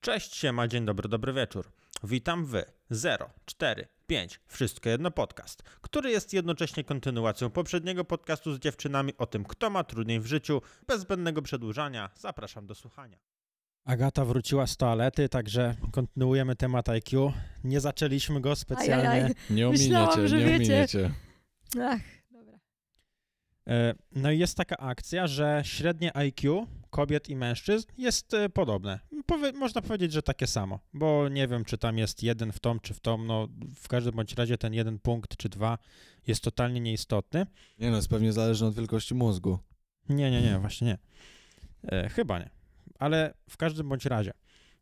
Cześć, siema, dzień dobry, dobry wieczór. Witam w 045 Wszystko Jedno Podcast, który jest jednocześnie kontynuacją poprzedniego podcastu z dziewczynami o tym, kto ma trudniej w życiu. Bez zbędnego przedłużania, zapraszam do słuchania. Agata wróciła z toalety, także kontynuujemy temat IQ. Nie zaczęliśmy go specjalnie. Ajajaj. Nie Myślałam, ominiecie, że nie wiecie. ominiecie. Ach, dobra. No i jest taka akcja, że średnie IQ kobiet i mężczyzn jest podobne. Można powiedzieć, że takie samo, bo nie wiem, czy tam jest jeden w tą, czy w tą, no w każdym bądź razie ten jeden punkt, czy dwa jest totalnie nieistotny. Nie no, jest pewnie zależne od wielkości mózgu. Nie, właśnie nie. Chyba nie, ale w każdym bądź razie.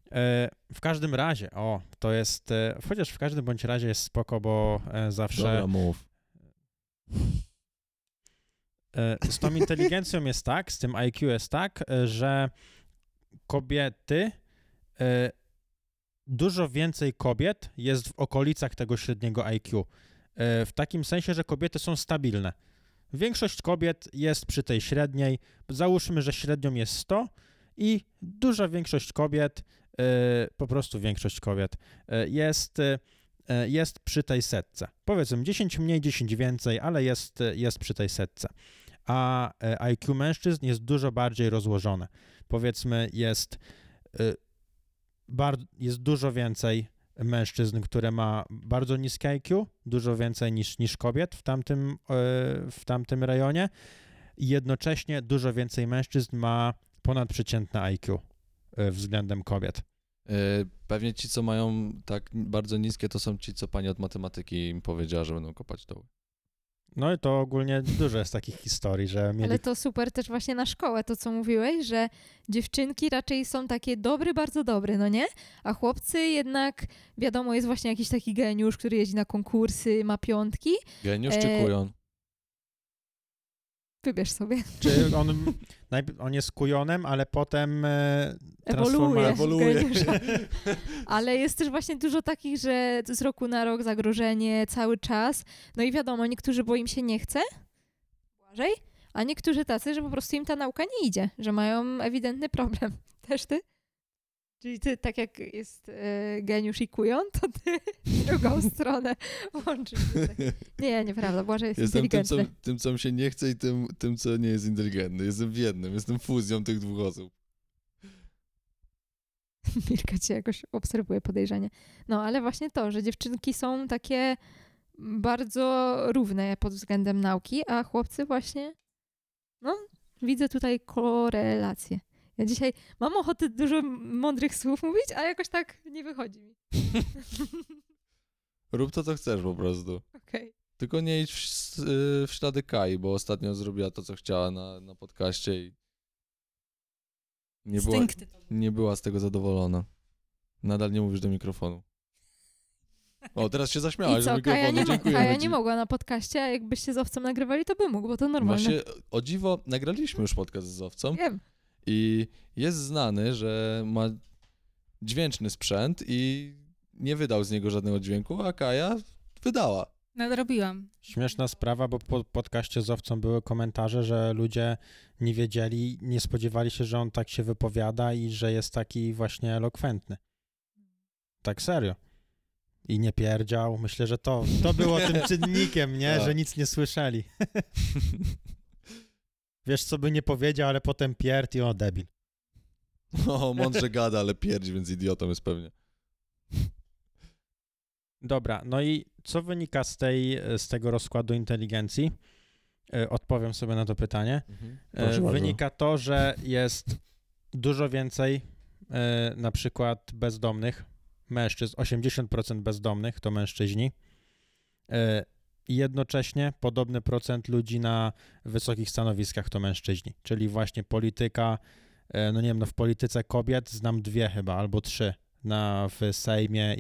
To jest, chociaż w każdym bądź razie jest spoko, bo zawsze... Dobra, mów. Z tą inteligencją jest tak, z tym IQ jest tak, że kobiety, dużo więcej kobiet jest w okolicach tego średniego IQ. W takim sensie, że kobiety są stabilne. Większość kobiet jest przy tej średniej, załóżmy, że średnią jest 100 i duża większość kobiet, po prostu większość kobiet jest przy tej setce. Powiedzmy 10 mniej, 10 więcej, ale jest przy tej setce. A IQ mężczyzn jest dużo bardziej rozłożone. Powiedzmy jest dużo więcej mężczyzn, które ma bardzo niskie IQ, dużo więcej niż kobiet w tamtym rejonie i jednocześnie dużo więcej mężczyzn ma ponadprzeciętne IQ względem kobiet. Pewnie ci, co mają tak bardzo niskie, to są ci, co pani od matematyki im powiedziała, że będą kopać doły. No i to ogólnie dużo jest takich historii, że mieli... Ale to super też właśnie na szkołę, to co mówiłeś, że dziewczynki raczej są takie dobry, bardzo dobry, no nie? A chłopcy jednak, wiadomo, jest właśnie jakiś taki geniusz, który jeździ na konkursy, ma piątki. Geniusz czy kujon? Wybierz sobie. Czy on jest kujonem, ale potem Ewoluuje. Ale jest też właśnie dużo takich, że z roku na rok zagrożenie cały czas. No i wiadomo, niektórzy, bo im się nie chce, Błażej, a niektórzy tacy, że po prostu im ta nauka nie idzie, że mają ewidentny problem. Też ty? Czyli ty, tak jak jest geniusz i kujon, to ty w drugą stronę łączysz tutaj. Nie, nieprawda, Błażej jest Jestem inteligentny. tym, co mi się nie chce i tym, co nie jest inteligentny. Jestem w jednym, jestem fuzją tych dwóch osób. Milka cię jakoś obserwuje podejrzanie. No, ale właśnie to, że dziewczynki są takie bardzo równe pod względem nauki, a chłopcy właśnie, no, widzę tutaj korelację. Ja dzisiaj mam ochotę dużo mądrych słów mówić, a jakoś tak nie wychodzi mi. Rób to, co chcesz po prostu. Okej. Tylko nie idź w ślady Kai, bo ostatnio zrobiła to, co chciała na podcaście i nie była z tego zadowolona. Nadal nie mówisz do mikrofonu. O, teraz się zaśmiałaś do mikrofonu, dziękuję. A ja nie mogła na podcaście, a jakbyście z Owcą nagrywali, to by mógł, bo to normalne. Właśnie, o dziwo, nagraliśmy już podcast z Owcą. Wiem. I jest znany, że ma dźwięczny sprzęt i nie wydał z niego żadnego dźwięku, a Kaja wydała. Nadrobiłam. Śmieszna sprawa, bo po podcaście z Owcą były komentarze, że ludzie nie wiedzieli, nie spodziewali się, że on tak się wypowiada i że jest taki właśnie elokwentny. Tak serio. I nie pierdział. Myślę, że to było tym czynnikiem, nie? Tak. Że nic nie słyszeli. Wiesz, co by nie powiedział, ale potem pierd i debil. O, mądrze gada, ale pierdzi, więc idiotą jest pewnie. Dobra, no i co wynika z tego rozkładu inteligencji? Odpowiem sobie na to pytanie. Proszę Wynika to, że jest dużo więcej na przykład bezdomnych mężczyzn, 80% bezdomnych to mężczyźni. I jednocześnie podobny procent ludzi na wysokich stanowiskach to mężczyźni, czyli właśnie polityka, no nie wiem, no w polityce kobiet znam 2 chyba, albo 3 w Sejmie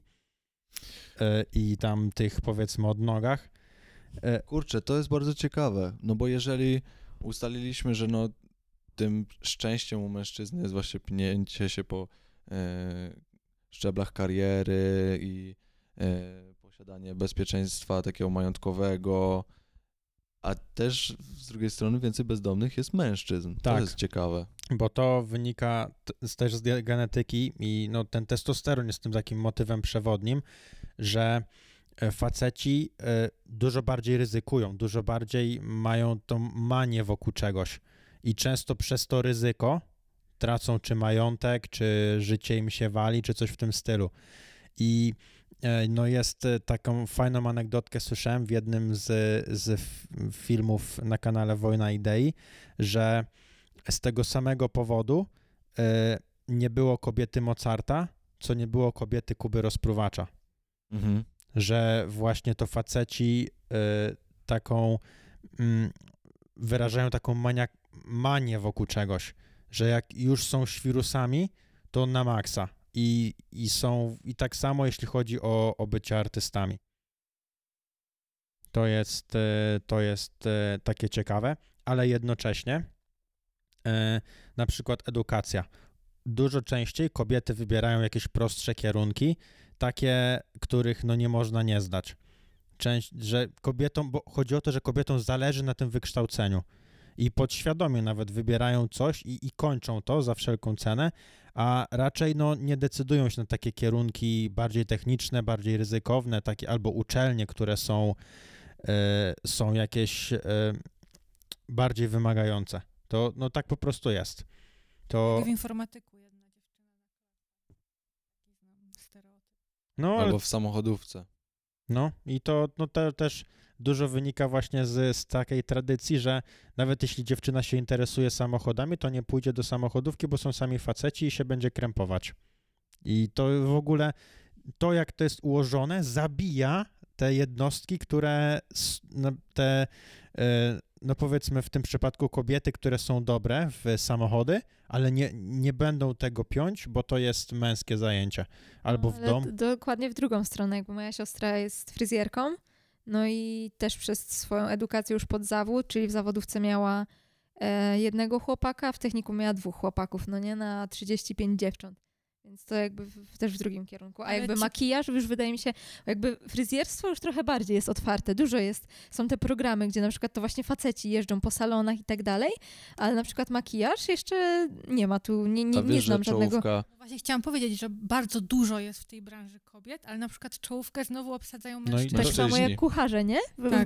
i tam tych powiedzmy odnogach. Kurczę, to jest bardzo ciekawe, no bo jeżeli ustaliliśmy, że no tym szczęściem u mężczyzny jest właśnie pnięcie się po szczeblach kariery i posiadanie bezpieczeństwa takiego majątkowego, A też z drugiej strony więcej bezdomnych jest mężczyzn. To Tak. jest ciekawe. Bo to wynika też z genetyki i no, ten testosteron jest tym takim motywem przewodnim, że faceci dużo bardziej ryzykują, dużo bardziej mają tą manię wokół czegoś i często przez to ryzyko tracą czy majątek, czy życie im się wali, czy coś w tym stylu. I no jest taką fajną anegdotkę, słyszałem w jednym z filmów na kanale Wojna Idei, że z tego samego powodu nie było kobiety Mozarta, co nie było kobiety Kuby Rozpruwacza. Mhm. Że właśnie to faceci taką wyrażają taką manię wokół czegoś, że jak już są świrusami, to na maksa. I tak samo, jeśli chodzi o bycie artystami. To jest takie ciekawe, ale jednocześnie na przykład edukacja. Dużo częściej kobiety wybierają jakieś prostsze kierunki, takie, których no nie można nie zdać. Że kobietom, bo chodzi o to, że kobietom zależy na tym wykształceniu i podświadomie nawet wybierają coś i kończą to za wszelką cenę, a raczej no nie decydują się na takie kierunki bardziej techniczne, bardziej ryzykowne, takie albo uczelnie, które są jakieś bardziej wymagające. To no tak po prostu jest. W informatyku jedna dziewczyna taki znam stereotyp. No, ale Albo w samochodówce. no i to też dużo wynika właśnie z takiej tradycji, że nawet jeśli dziewczyna się interesuje samochodami, to nie pójdzie do samochodówki, bo są sami faceci i się będzie krępować. I to w ogóle, to jak to jest ułożone, zabija te jednostki, które no powiedzmy w tym przypadku kobiety, które są dobre w samochody, ale nie będą tego piąć, bo to jest męskie zajęcie. Albo w domu. Dokładnie w drugą stronę, jakby moja siostra jest fryzjerką, no i też przez swoją edukację już pod zawód, czyli w zawodówce miała jednego chłopaka, w technikum miała 2 chłopaków, no nie, na 35 dziewcząt. Więc to jakby też w drugim kierunku. A Ale jakby makijaż już wydaje mi się, jakby fryzjerstwo już trochę bardziej jest otwarte. Dużo jest, są te programy, gdzie na przykład to właśnie faceci jeżdżą po salonach i tak dalej, ale na przykład makijaż jeszcze nie ma tu, nie znam żadnego. Czołówka. No właśnie chciałam powiedzieć, że bardzo dużo jest w tej branży kobiet, ale na przykład czołówkę znowu obsadzają No i mężczyźni. Tak Mężczyźni. samo jak kucharze, nie? Tak.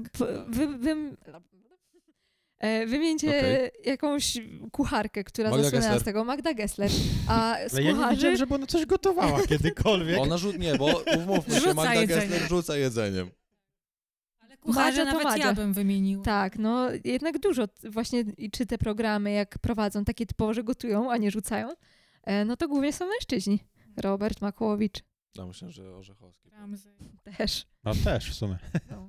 Wymieńcie jakąś kucharkę, która Magda zasłynęła Gessler. z tego. Magda Gessler. A z Ale ja nie kucharzy... widziałem, żeby ona coś gotowała kiedykolwiek. Ona nie, bo umówmy się, Rzuca Magda jedzenie. Gessler rzuca jedzeniem. Ale kucharze Madzia to nawet ja Madzia. bym wymieniła. Tak, no jednak dużo właśnie, czy te programy jak prowadzą takie typowo, że gotują, a nie rzucają, no to głównie są mężczyźni. Robert Makłowicz Ja myślę, że Orzechowski. Ramsey. też. No też w sumie. No,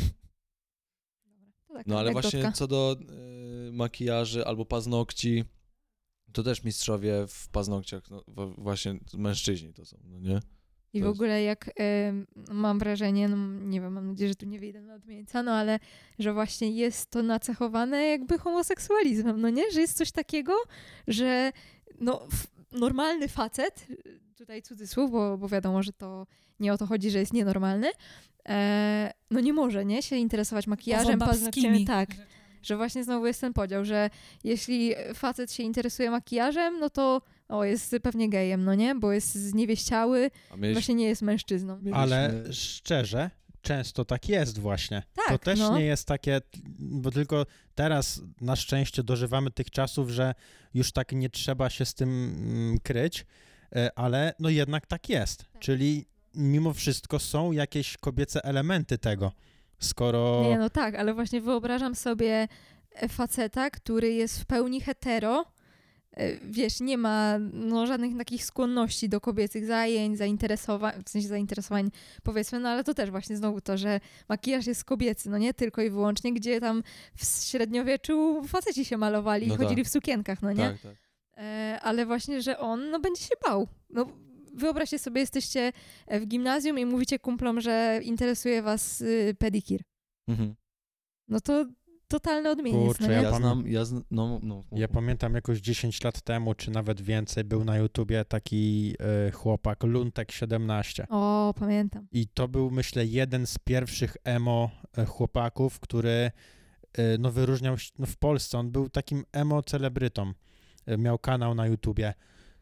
to taka No ale anegdotka. właśnie co do makijaży albo paznokci, to też mistrzowie w paznokciach, no, właśnie mężczyźni to są, no nie? I w to jest- ogóle jak mam wrażenie, no nie wiem, mam nadzieję, że tu nie wyjdę na odmieńca, no ale że właśnie jest to nacechowane jakby homoseksualizmem, no nie? Że jest coś takiego, że no normalny facet, tutaj cudzysłów, bo wiadomo, że to nie o to chodzi, że jest nienormalny, no nie może, nie? Się interesować makijażem, paznokciami, Babskimi tak. rzeczami. Że właśnie znowu jest ten podział, że jeśli facet się interesuje makijażem, no to jest pewnie gejem, no nie? Bo jest zniewieściały, A mieliśmy, właśnie nie jest mężczyzną. Ale szczerze, często tak jest właśnie. Tak, To też no. nie jest takie, bo tylko teraz na szczęście dożywamy tych czasów, że już tak nie trzeba się z tym kryć, ale no jednak tak jest. Czyli mimo wszystko są jakieś kobiece elementy tego, skoro... Nie, no tak, ale właśnie wyobrażam sobie faceta, który jest w pełni hetero, wiesz, nie ma żadnych takich skłonności do kobiecych zajęć, zainteresowań, w sensie zainteresowań powiedzmy, no ale to też właśnie znowu to, że makijaż jest kobiecy, no nie tylko i wyłącznie, gdzie tam w średniowieczu faceci się malowali No i chodzili tak. w sukienkach, no nie? tak, tak. Ale właśnie, że on będzie się bał. No, wyobraźcie sobie, jesteście w gimnazjum i mówicie kumplom, że interesuje was pedikir. Mhm. No to totalny odmieniec, Kurczę, no nie? Ja pamiętam jakoś 10 lat temu, czy nawet więcej, był na YouTubie taki chłopak, Luntek17. O, pamiętam. I to był, myślę, jeden z pierwszych emo chłopaków, który no wyróżniał się, no w Polsce, on był takim emo-celebrytą, miał kanał na YouTubie.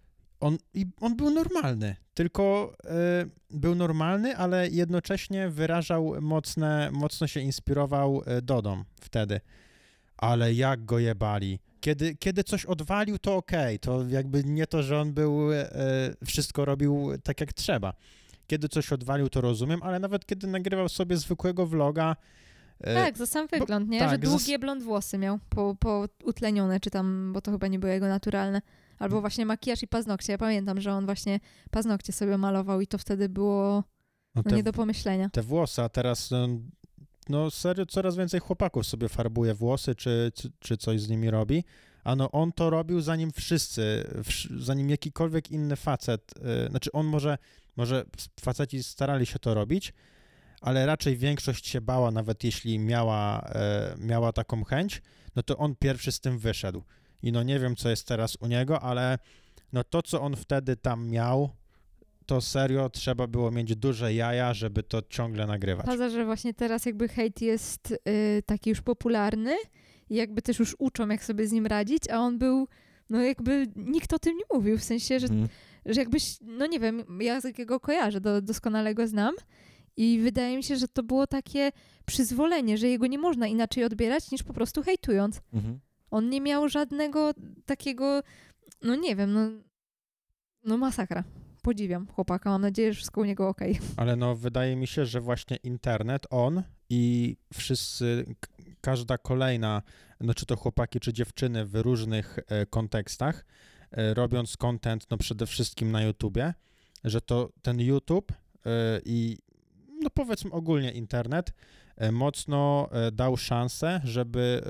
On był normalny, tylko był normalny, ale jednocześnie wyrażał mocno się inspirował Dodą wtedy. Ale jak go jebali. Kiedy coś odwalił, to okej, to jakby nie to, że on wszystko robił tak jak trzeba. Kiedy coś odwalił, to rozumiem, ale nawet kiedy nagrywał sobie zwykłego vloga... Tak, za sam wygląd, nie? tak, że długie blond włosy miał, po utlenione, czy tam, bo to chyba nie było jego naturalne. Albo właśnie makijaż i paznokcie. Ja pamiętam, że on właśnie paznokcie sobie malował i to wtedy było nie do pomyślenia. Te włosy, a teraz no serio coraz więcej chłopaków sobie farbuje włosy, czy coś z nimi robi, a no on to robił zanim zanim jakikolwiek inny facet, znaczy on może faceci starali się to robić, ale raczej większość się bała, nawet jeśli miała taką chęć, no to on pierwszy z tym wyszedł. I no nie wiem, co jest teraz u niego, ale no to, co on wtedy tam miał, to serio trzeba było mieć duże jaja, żeby to ciągle nagrywać. Poza, że właśnie teraz jakby hejt jest taki już popularny i jakby też już uczą, jak sobie z nim radzić, a on był, no jakby nikt o tym nie mówił, w sensie, że jakbyś, no nie wiem, ja z jakiego kojarzę, doskonale go znam i wydaje mi się, że to było takie przyzwolenie, że jego nie można inaczej odbierać, niż po prostu hejtując. On nie miał żadnego takiego, no nie wiem, no masakra. Podziwiam chłopaka, mam nadzieję, że wszystko u niego okej. Ale no wydaje mi się, że właśnie internet, on i wszyscy, każda kolejna, no czy to chłopaki, czy dziewczyny w różnych kontekstach, robiąc content, no przede wszystkim na YouTubie, że to ten YouTube i no powiedzmy ogólnie internet mocno dał szansę, żeby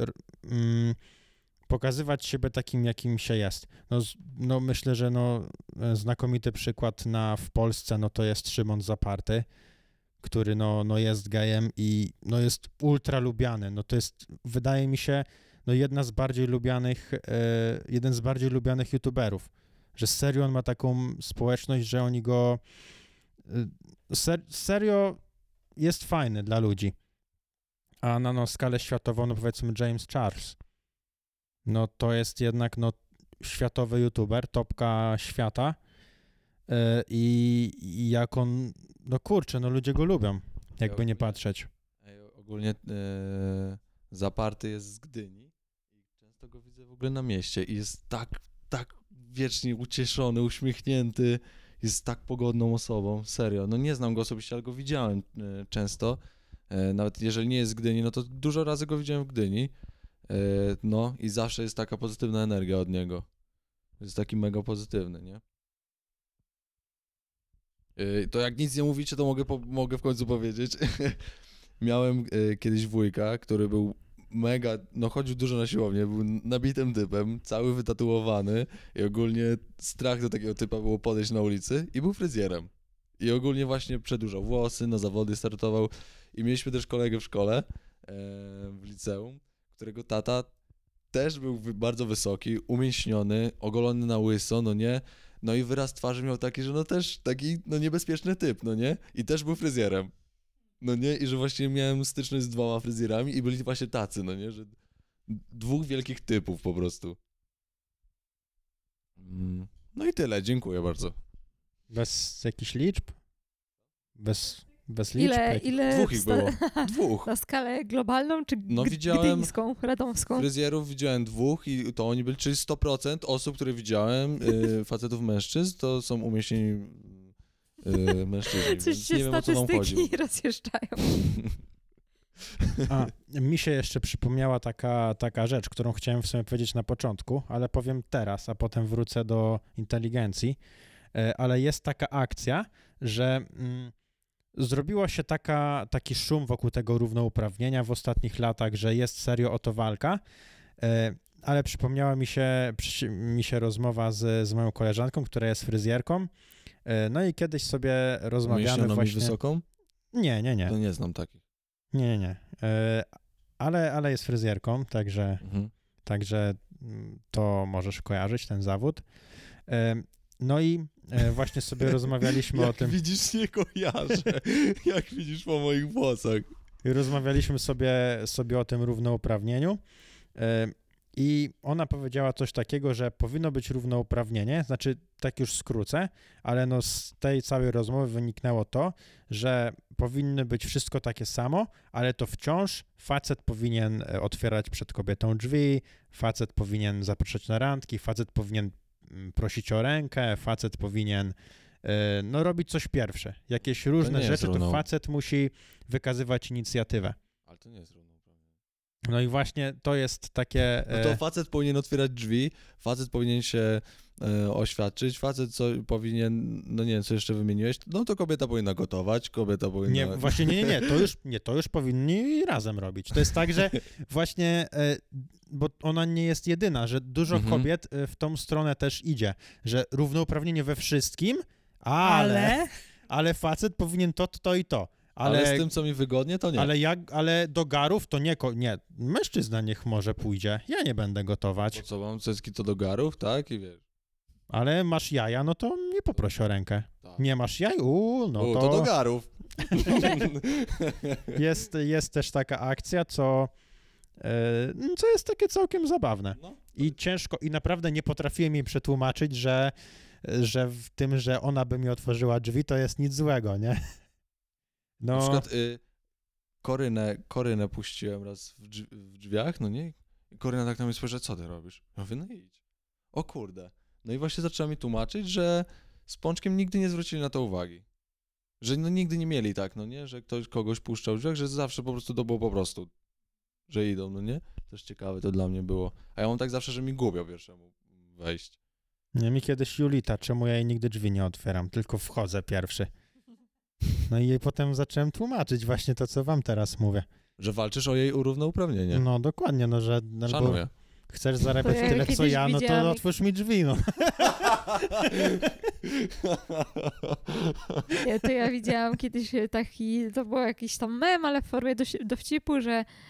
pokazywać siebie takim, jakim się jest. No myślę, że znakomity przykład w Polsce, no to jest Szymon Zaparty, który no jest gejem i no jest ultra lubiany. No to jest, wydaje mi się, no jeden z bardziej lubianych youtuberów, że serio on ma taką społeczność, że oni go serio jest fajny dla ludzi. A na skalę światową, no powiedzmy James Charles, no to jest jednak światowy youtuber, topka świata i jak on, no kurczę, no ludzie go lubią, jakby nie patrzeć. Ogólnie Zaparty jest z Gdyni i często go widzę w ogóle na mieście i jest tak wiecznie ucieszony, uśmiechnięty, jest tak pogodną osobą, serio. No nie znam go osobiście, ale go widziałem często, nawet jeżeli nie jest z Gdyni, no to dużo razy go widziałem w Gdyni. No i zawsze jest taka pozytywna energia od niego. Jest taki mega pozytywny, nie? To jak nic nie mówicie, to mogę w końcu powiedzieć. Miałem kiedyś wujka, który był mega, no chodził dużo na siłownię, był nabitym typem, cały wytatuowany i ogólnie strach do takiego typa było podejść na ulicy i był fryzjerem. I ogólnie właśnie przedłużał włosy, na zawody startował i mieliśmy też kolegę w szkole, w liceum, którego tata też był bardzo wysoki, umięśniony, ogolony na łyso, no nie? No i wyraz twarzy miał taki, że no też taki niebezpieczny typ, no nie? I też był fryzjerem. No nie? I że właśnie miałem styczność z 2 fryzjerami i byli właśnie tacy, no nie? Że 2 wielkich typów po prostu. No i tyle, dziękuję bardzo. Bez jakichś liczb? Bez liczb? Ile 2 ich było. 2. Na skalę globalną, czy widziałem gdyńską, radomską? Fryzjerów widziałem 2 i to oni byli, czyli 100% osób, które widziałem, facetów, mężczyzn, to są umieśnieni mężczyźni, Coś więc się nie wiem, o co wam chodzi. statystyki rozjeżdżają. Mi się jeszcze przypomniała taka rzecz, którą chciałem w sumie powiedzieć na początku, ale powiem teraz, a potem wrócę do inteligencji. Ale jest taka akcja, że zrobiło się taki szum wokół tego równouprawnienia w ostatnich latach, że jest serio o to walka, ale przypomniała mi się rozmowa z moją koleżanką, która jest fryzjerką. No i kiedyś sobie rozmawiamy właśnie... wysoką? Nie. To nie znam takich. Nie. Ale jest fryzjerką, także to możesz kojarzyć, ten zawód. No i właśnie sobie rozmawialiśmy o tym... Jak widzisz, nie kojarzę. Jak widzisz po moich włosach. I rozmawialiśmy sobie o tym równouprawnieniu. I ona powiedziała coś takiego, że powinno być równouprawnienie, znaczy tak już skrócę, ale no z tej całej rozmowy wyniknęło to, że powinno być wszystko takie samo, ale to wciąż facet powinien otwierać przed kobietą drzwi, facet powinien zapraszać na randki, facet powinien prosić o rękę, facet powinien no robić coś pierwszy. Jakieś różne rzeczy, to facet musi wykazywać inicjatywę. Ale to nie jest równouprawnienie. No i właśnie to jest takie... No to facet powinien otwierać drzwi, facet powinien się oświadczyć, facet powinien, no nie wiem, co jeszcze wymieniłeś, no to kobieta powinna gotować, kobieta powinna... Nie, właśnie nie, to już powinni razem robić. To jest tak, że właśnie, bo ona nie jest jedyna, że dużo kobiet w tą stronę też idzie, że równouprawnienie we wszystkim, ale facet powinien to i to. Ale z tym, co mi wygodnie, to nie. Ale do garów to nie, mężczyzna niech może pójdzie, ja nie będę gotować. Po co mam cycki, to do garów, tak? I wiesz. Ale masz jaja, no to nie poproś o rękę. Tak. Nie masz jaj? To do garów. Jest też taka akcja, co jest takie całkiem zabawne. No. I ciężko, i naprawdę nie potrafiłem jej przetłumaczyć, że w tym, że ona by mi otworzyła drzwi, to jest nic złego, nie? No. Na przykład Korynę puściłem raz w drzwiach, no nie? I Koryna tak na mnie spojrzała, co ty robisz? Ja mówię, no idź. O kurde. No i właśnie zaczęła mi tłumaczyć, że z Pączkiem nigdy nie zwrócili na to uwagi. Że no nigdy nie mieli tak, no nie? Że ktoś kogoś puszczał w drzwiach, że zawsze po prostu to było po prostu, że idą, no nie? Też ciekawe to dla mnie było. A ja mam tak zawsze, że mi gubią pierwszemu wejść. Nie, mi kiedyś Julita, czemu ja jej nigdy drzwi nie otwieram, tylko wchodzę pierwszy. No i jej potem zacząłem tłumaczyć właśnie to, co wam teraz mówię. Że walczysz o jej równouprawnienie. No dokładnie, no że... Szanuję. Chcesz zarabiać tyle, co ja, no to otwórz mi drzwi, no. Nie, to ja widziałam kiedyś taki, to był jakiś tam mem, ale w formie dowcipu,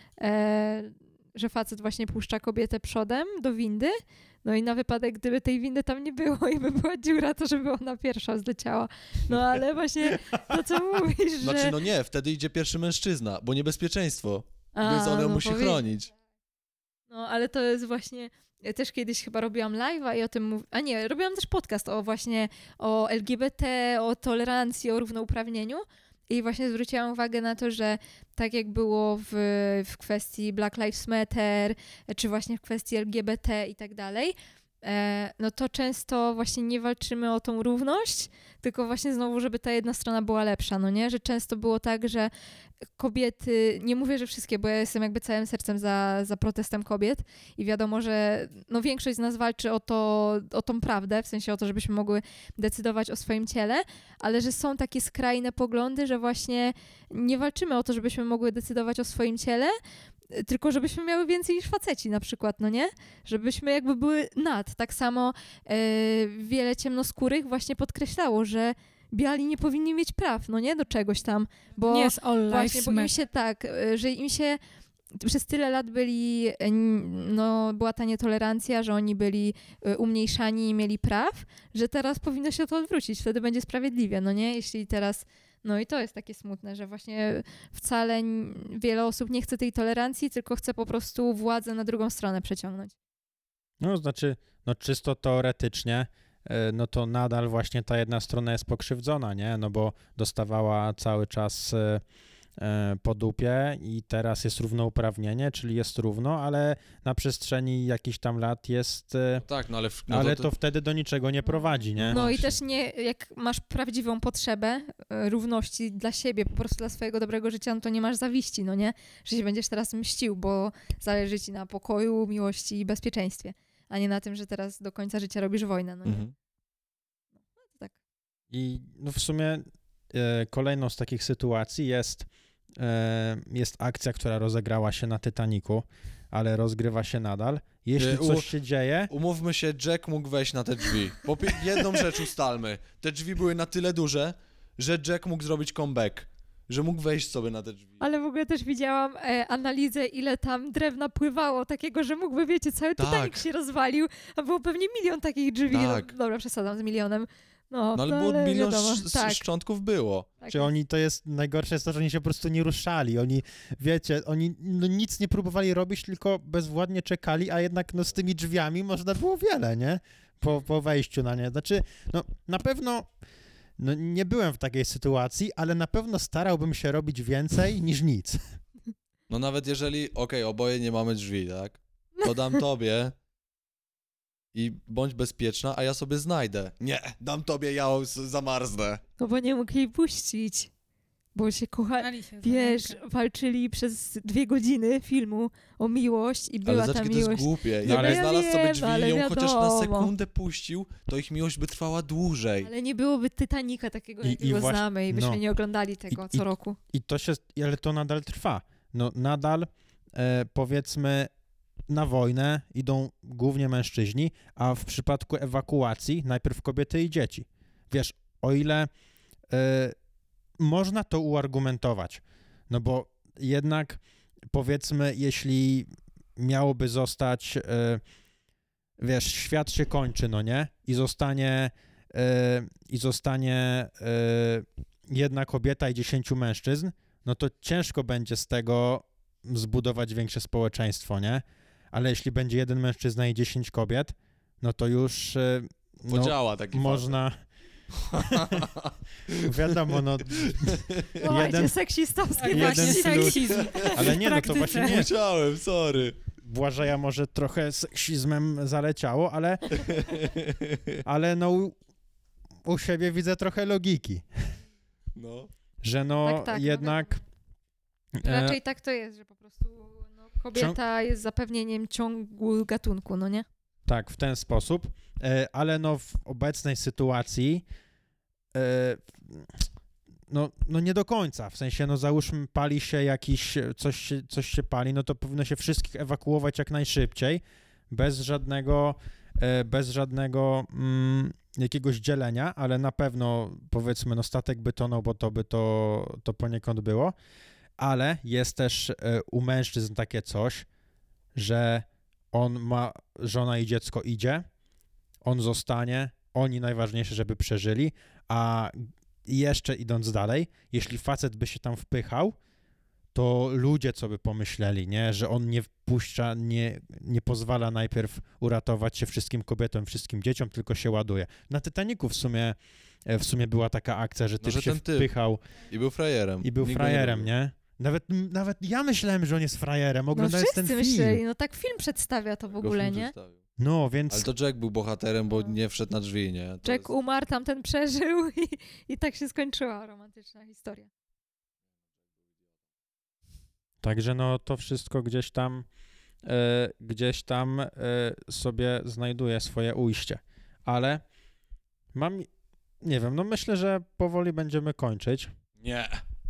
że facet właśnie puszcza kobietę przodem do windy, no i na wypadek, gdyby tej windy tam nie było i by była dziura, to żeby ona pierwsza zleciała. No ale właśnie to, co mówisz, że... Znaczy, no nie, wtedy idzie pierwszy mężczyzna, bo niebezpieczeństwo, więc on ją musi chronić. No, ale to jest właśnie... Ja też kiedyś chyba robiłam live'a i o tym robiłam też podcast o LGBT, o tolerancji, o równouprawnieniu. I właśnie zwróciłam uwagę na to, że tak jak było w kwestii Black Lives Matter, czy właśnie w kwestii LGBT i tak dalej, no to często właśnie nie walczymy o tą równość, tylko właśnie znowu, żeby ta jedna strona była lepsza, no nie? Że często było tak, że kobiety, nie mówię, że wszystkie, bo ja jestem jakby całym sercem za protestem kobiet i wiadomo, że no większość z nas walczy o tą prawdę, w sensie o to, żebyśmy mogły decydować o swoim ciele, ale że są takie skrajne poglądy, że właśnie nie walczymy o to, żebyśmy mogły decydować o swoim ciele, tylko żebyśmy miały więcej niż faceci na przykład, no nie? Żebyśmy jakby były nad. Tak samo wiele ciemnoskórych właśnie podkreślało, że biali nie powinni mieć praw, no nie? Do czegoś tam, bo nie jest all właśnie, life bo im się że im się przez tyle lat była ta nietolerancja, że oni byli umniejszani i mieli praw, że teraz powinno się to odwrócić, wtedy będzie sprawiedliwie, no nie? Jeśli teraz... No i to jest takie smutne, że właśnie wcale wiele osób nie chce tej tolerancji, tylko chce po prostu władzę na drugą stronę przeciągnąć. No znaczy, no czysto teoretycznie, no to nadal właśnie ta jedna strona jest pokrzywdzona, nie? No bo dostawała cały czas po dupie i teraz jest równouprawnienie, czyli jest równo, ale na przestrzeni jakichś tam lat jest... Tak, no ale... ale to wtedy do niczego nie prowadzi, nie? No i też nie, jak masz prawdziwą potrzebę równości dla siebie, po prostu dla swojego dobrego życia, no to nie masz zawiści, no nie? Że się będziesz teraz mścił, bo zależy ci na pokoju, miłości i bezpieczeństwie, a nie na tym, że teraz do końca życia robisz wojnę, no nie? No to tak. I no w sumie kolejną z takich sytuacji jest akcja, która rozegrała się na Titanicu, ale rozgrywa się nadal. Jeśli coś się dzieje... Umówmy się, Jack mógł wejść na te drzwi. Bo jedną rzecz ustalmy. Te drzwi były na tyle duże, że Jack mógł zrobić comeback. Że mógł wejść sobie na te drzwi. Ale w ogóle też widziałam analizę, ile tam drewna pływało, takiego, że mógłby, wiecie, cały Titanic się rozwalił, a było pewnie 1 000 000 takich drzwi. Tak. No, dobra, przesadzam z 1 000 000. No ale było milion wiadomo, tak. szczątków było. Tak Czy oni, to jest, najgorsze jest to, że oni się po prostu nie ruszali. Oni, wiecie, oni nic nie próbowali robić, tylko bezwładnie czekali, a jednak z tymi drzwiami można było wiele, nie? Po wejściu na nie. Znaczy, na pewno, nie byłem w takiej sytuacji, ale na pewno starałbym się robić więcej niż nic. No nawet jeżeli, oboje nie mamy drzwi, tak? To dam tobie i bądź bezpieczna, a ja sobie znajdę. Nie, dam tobie, ja zamarznę. No bo nie mógł jej puścić, bo się Kochali się za wiesz, rękę. walczyli przez 2 godziny filmu o miłość i była Ale ta zobacz, jakie to jest miłość. głupie. No, Jakby ale- znalazł Ja sobie wiem, drzwi ale i ją chociaż na wiadomo. sekundę puścił, to ich miłość by trwała dłużej. Ale nie byłoby Titanica takiego, I jakiego właśnie- znamy i byśmy no. nie oglądali tego I- co roku. Ale to nadal trwa. Nadal, powiedzmy, na wojnę idą głównie mężczyźni, a w przypadku ewakuacji najpierw kobiety i dzieci. Wiesz, o ile można to uargumentować, no bo jednak, powiedzmy, jeśli miałoby zostać, wiesz, świat się kończy, no nie? I zostanie jedna kobieta i 10 mężczyzn, no to ciężko będzie z tego zbudować większe społeczeństwo, nie? Ale jeśli będzie jeden mężczyzna i 10 kobiet, no to już Podziała taki można... Wiadomo, Słuchajcie, seksistowskie Tak, jeden właśnie, plus- seksizm. ale w nie, no to praktyce. właśnie nie. Chciałem, sorry. Błażeja może trochę seksizmem zaleciało, ale u siebie widzę trochę logiki, No. że Tak, jednak... Raczej tak to jest, że po prostu kobieta jest zapewnieniem ciągu gatunku, no nie? Tak, w ten sposób, ale w obecnej sytuacji nie do końca, w sensie załóżmy pali się coś się pali, no to powinno się wszystkich ewakuować jak najszybciej, bez żadnego jakiegoś dzielenia, ale na pewno powiedzmy statek by tonął, bo to by to poniekąd było, ale jest też u mężczyzn takie coś, że on ma, żona i dziecko idzie, on zostanie, oni najważniejsze, żeby przeżyli, a jeszcze idąc dalej, jeśli facet by się tam wpychał, to ludzie co by pomyśleli, nie? Że on nie wpuszcza, nie pozwala najpierw uratować się wszystkim kobietom, wszystkim dzieciom, tylko się ładuje. Na Titanicu w sumie była taka akcja, że typ że się ten typ. wpychał I był frajerem. i był Nikt go frajerem, lubił. nie? Nawet ja myślałem, że on jest frajerem, No oglądając ten wszyscy film. myśleli, no tak film przedstawia to w Go ogóle, film nie? przedstawił. No, więc... Ale to Jack był bohaterem, bo No. nie wszedł na drzwi, nie? To Jack jest- umarł, tamten przeżył i tak się skończyła romantyczna historia. Także to wszystko gdzieś tam sobie znajduje swoje ujście. Ale nie wiem, myślę, że powoli będziemy kończyć, Nie.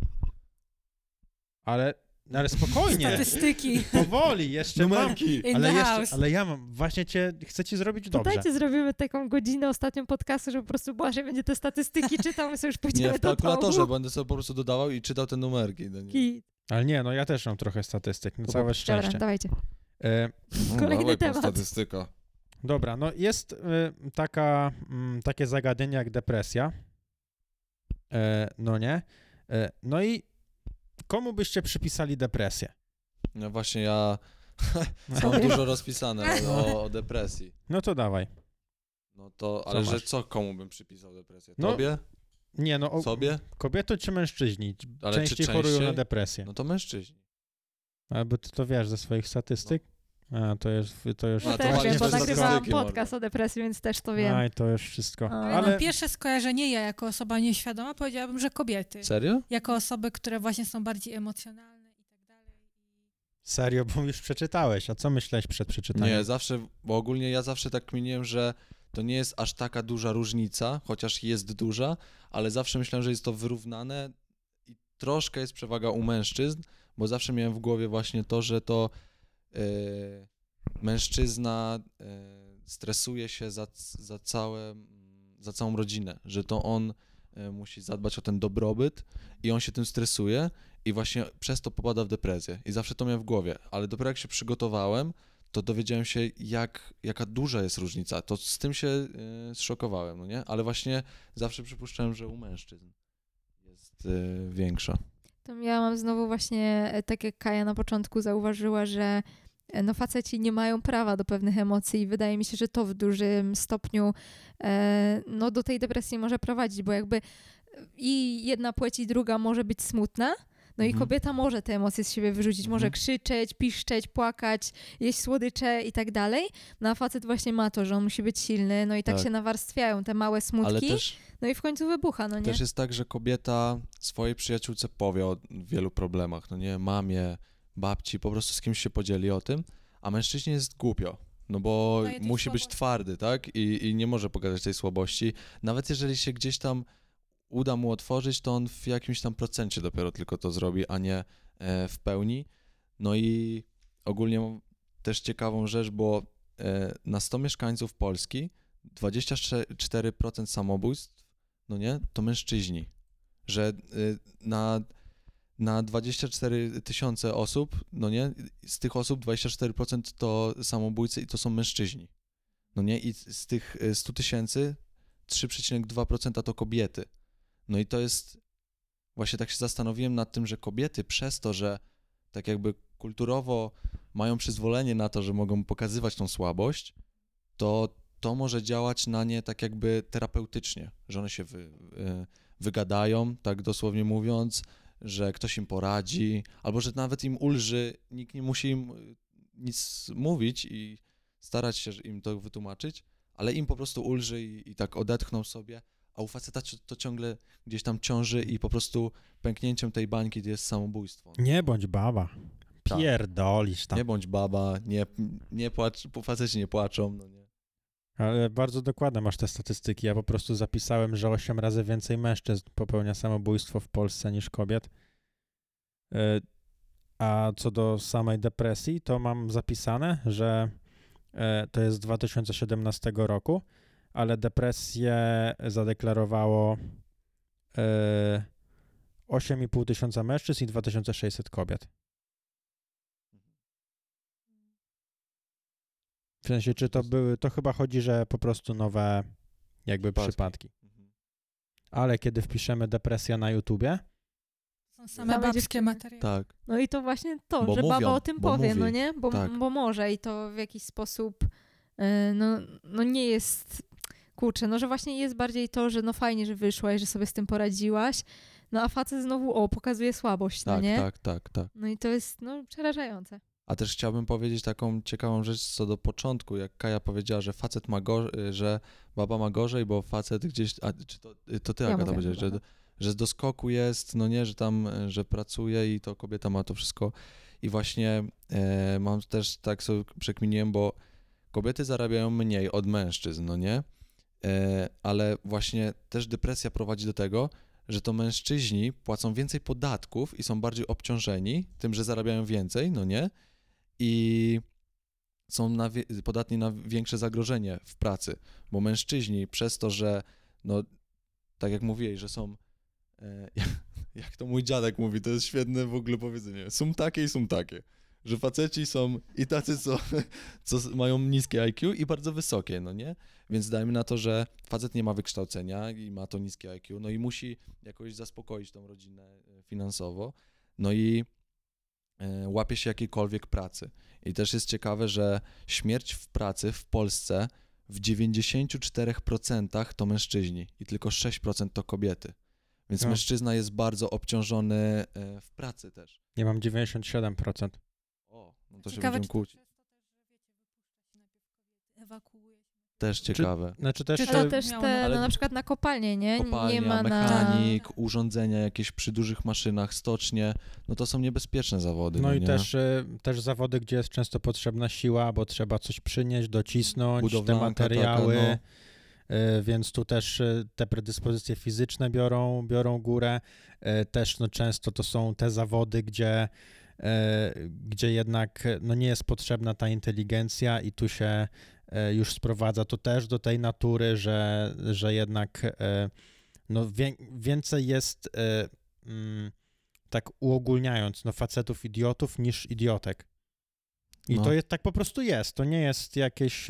ale spokojnie, Statystyki. powoli, jeszcze mam, Numerki. In the house. ale ja mam, właśnie chcę ci zrobić dobrze. Dajcie zrobimy taką godzinę ostatnią podcastu, że po prostu Błażej będzie te statystyki czytał, my sobie już pójdziemy Nie, w do kalkulatorze domu. będę sobie po prostu dodawał i czytał te numerki. No nie. I... Ale nie, ja też mam trochę statystyk, na całe Dobra, szczęście. dawajcie. Dawaj Kolejny pan temat. statystyka. Dobra, jest takie zagadnienie jak depresja. No i komu byście przypisali depresję? No właśnie ja mam Sobie. dużo rozpisane o depresji. No to dawaj. No to, ale masz? że komu bym przypisał depresję? No, Tobie? Nie, Sobie? kobiety czy mężczyźni Ale częściej czy chorują na częściej? depresję? No to mężczyźni. Albo ty to wiesz ze swoich statystyk? A, to już Ja to też ładnie wiem, bo te nagrywałam statystyki podcast o depresji, więc też to wiem. Aj, to już wszystko. Ale Ale Pierwsze skojarzenie ja jako osoba nieświadoma powiedziałabym, że kobiety. Serio? Jako osoby, które właśnie są bardziej emocjonalne i tak dalej. serio, bo już przeczytałeś. A co myślałeś przed przeczytaniem? Nie, zawsze, bo ogólnie ja zawsze tak kminiłem, że to nie jest aż taka duża różnica, chociaż jest duża, ale zawsze myślałem, że jest to wyrównane i troszkę jest przewaga u mężczyzn, bo zawsze miałem w głowie właśnie to, że to mężczyzna stresuje się za całą rodzinę, że to on musi zadbać o ten dobrobyt i on się tym stresuje i właśnie przez to popada w depresję. I zawsze to miałem w głowie, ale dopiero jak się przygotowałem, to dowiedziałem się, jaka duża jest różnica. To z tym się zszokowałem, no nie? Ale właśnie zawsze przypuszczałem, że u mężczyzn jest większa. To ja mam znowu właśnie, tak jak Kaja na początku zauważyła, że no faceci nie mają prawa do pewnych emocji i wydaje mi się, że to w dużym stopniu no do tej depresji może prowadzić, bo jakby i jedna płeć i druga może być smutna, no i kobieta może te emocje z siebie wyrzucić, może krzyczeć, piszczeć, płakać, jeść słodycze i tak dalej, no a facet właśnie ma to, że on musi być silny, no i tak się nawarstwiają te małe smutki, Ale też, no i w końcu wybucha, no nie? też jest tak, że kobieta swojej przyjaciółce powie o wielu problemach, no nie, mamie, babci, po prostu z kimś się podzieli o tym, a mężczyźnie jest głupio, no bo Daje tej musi być słabości. twardy, tak? I nie może pokazać tej słabości. Nawet jeżeli się gdzieś tam uda mu otworzyć, to on w jakimś tam procencie dopiero tylko to zrobi, a nie w pełni. No i ogólnie mam też ciekawą rzecz, bo na 100 mieszkańców Polski 24% samobójstw, no nie, to mężczyźni. Że na 24 000 osób, no nie, z tych osób 24% to samobójcy i to są mężczyźni. No nie, i z tych 100 000 3,2% to kobiety. No i to jest, właśnie tak się zastanowiłem nad tym, że kobiety przez to, że tak jakby kulturowo mają przyzwolenie na to, że mogą pokazywać tą słabość, to może działać na nie tak jakby terapeutycznie, że one się wygadają, tak dosłownie mówiąc, że ktoś im poradzi, albo że nawet im ulży, nikt nie musi im nic mówić i starać się im to wytłumaczyć, ale im po prostu ulży i tak odetchną sobie, a u faceta to ciągle gdzieś tam ciąży i po prostu pęknięciem tej bańki jest samobójstwo. Nie bądź baba. Tak. Pierdolisz tam. Nie bądź baba, nie płacz, faceci nie płaczą, no nie. Ale bardzo dokładne masz te statystyki. Ja po prostu zapisałem, że 8 razy więcej mężczyzn popełnia samobójstwo w Polsce niż kobiet. A co do samej depresji, to mam zapisane, że to jest z 2017 roku, ale depresję zadeklarowało 8,5 tysiąca mężczyzn i 2600 kobiet. W sensie, czy to były, to chyba chodzi, że po prostu nowe jakby przypadki. Ale kiedy wpiszemy depresja na YouTubie, Są same Same babskie dziewczyny. materiały. Tak. No i to właśnie to, Bo że mówią, baba o tym bo powie, mówi. no nie? Tak. Bo może i to w jakiś sposób no nie jest, kurczę, no że właśnie jest bardziej to, że no fajnie, że wyszłaś, że sobie z tym poradziłaś, no a facet znowu, pokazuje słabość, no Tak, nie? tak. No i to jest, no, przerażające. A też chciałbym powiedzieć taką ciekawą rzecz co do początku, jak Kaja powiedziała, że facet ma że baba ma gorzej, bo facet gdzieś, czy to ty, Ja Agata, mówię powiedziałeś, chyba, że do skoku jest, no nie, że tam, że pracuje i to kobieta ma to wszystko. I właśnie mam też, tak sobie przekminiłem, bo kobiety zarabiają mniej od mężczyzn, no nie? Ale właśnie też depresja prowadzi do tego, że to mężczyźni płacą więcej podatków i są bardziej obciążeni tym, że zarabiają więcej, no nie? I są podatni na większe zagrożenie w pracy, bo mężczyźni przez to, że no tak jak mówiłeś, że są jak to mój dziadek mówi, to jest świetne w ogóle powiedzenie, są takie i są takie, że faceci są i tacy, co mają niskie IQ i bardzo wysokie, no nie? Więc dajmy na to, że facet nie ma wykształcenia i ma to niskie IQ, no i musi jakoś zaspokoić tą rodzinę finansowo, no i łapie się jakiejkolwiek pracy. I też jest ciekawe, że śmierć w pracy w Polsce w 94% to mężczyźni i tylko 6% to kobiety. Więc No. mężczyzna jest bardzo obciążony w pracy też. ja mam 97%. O, no to się Ciekawe, będziemy czy to kłócić. przez to też, że wiecie, wypuszcza się najpierw kobiety, ewakuuje się. Też ciekawe. Znaczy też... Czy Ale to też miało te, ale- no na przykład na kopalnie, nie? Kopalnia, Nie ma na... mechanik, urządzenia jakieś przy dużych maszynach, stocznie, no to są niebezpieczne zawody. No i nie? też zawody, gdzie jest często potrzebna siła, bo trzeba coś przynieść, docisnąć, te Budowlanka materiały, taka, więc tu też te predyspozycje fizyczne biorą górę. Też no, często to są te zawody, gdzie jednak no, nie jest potrzebna ta inteligencja i tu się już sprowadza to też do tej natury, że jednak no, więcej jest tak uogólniając, no facetów idiotów niż idiotek. I No. to jest, tak po prostu jest. To nie jest jakieś...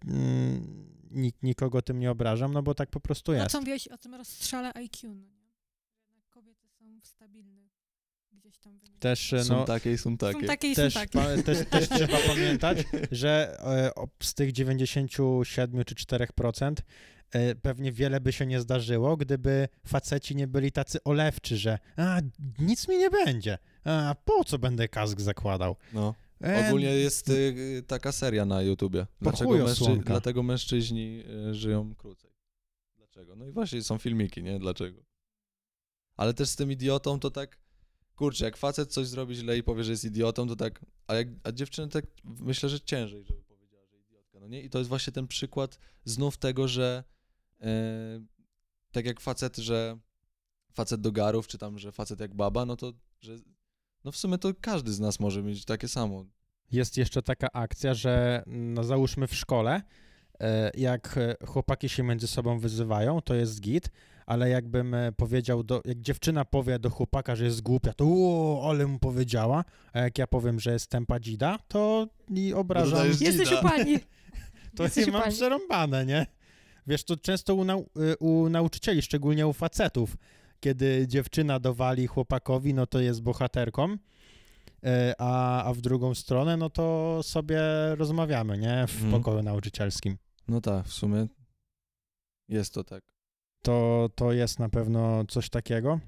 nikogo tym nie obrażam, no bo tak po prostu No jest. co mówiłeś o tym rozstrzale IQ, no nie? Jednak kobiety są w stabilnych gdzieś tam wynikach. Też, Są no, takie i są takie. Są takie i też, są takie. też trzeba pamiętać, że z tych 97 czy 4% pewnie wiele by się nie zdarzyło, gdyby faceci nie byli tacy olewczy, że nic mi nie będzie, po co będę kask zakładał. No. Ogólnie jest taka seria na YouTubie. chuj osłonka. Dlatego mężczyźni żyją krócej. Dlaczego? No i właśnie są filmiki, nie? Dlaczego? Ale też z tym idiotą to tak, kurczę, jak facet coś zrobi źle i powie, że jest idiotą, to tak, a dziewczyny tak myślę, że ciężej, żeby powiedziała, że idiotka, no nie? I to jest właśnie ten przykład znów tego, że tak jak że facet do garów, czy tam, że facet jak baba, no to, że no w sumie to każdy z nas może mieć takie samo. Jest jeszcze taka akcja, że no załóżmy w szkole, jak chłopaki się między sobą wyzywają, to jest git, ale jakbym powiedział, jak dziewczyna powie do chłopaka, że jest głupia, to ale mu powiedziała, a jak ja powiem, że jest tempa dzida, to i obrażam. Dodajesz Jesteś dzida. u pani. To Jesteś ja mam pani. przerąbane, nie? Wiesz, to często u nauczycieli, szczególnie u facetów, kiedy dziewczyna dowali chłopakowi, no to jest bohaterką, a w drugą stronę, no to sobie rozmawiamy, nie? W pokoju nauczycielskim. No tak, w sumie jest to tak. To jest na pewno coś takiego.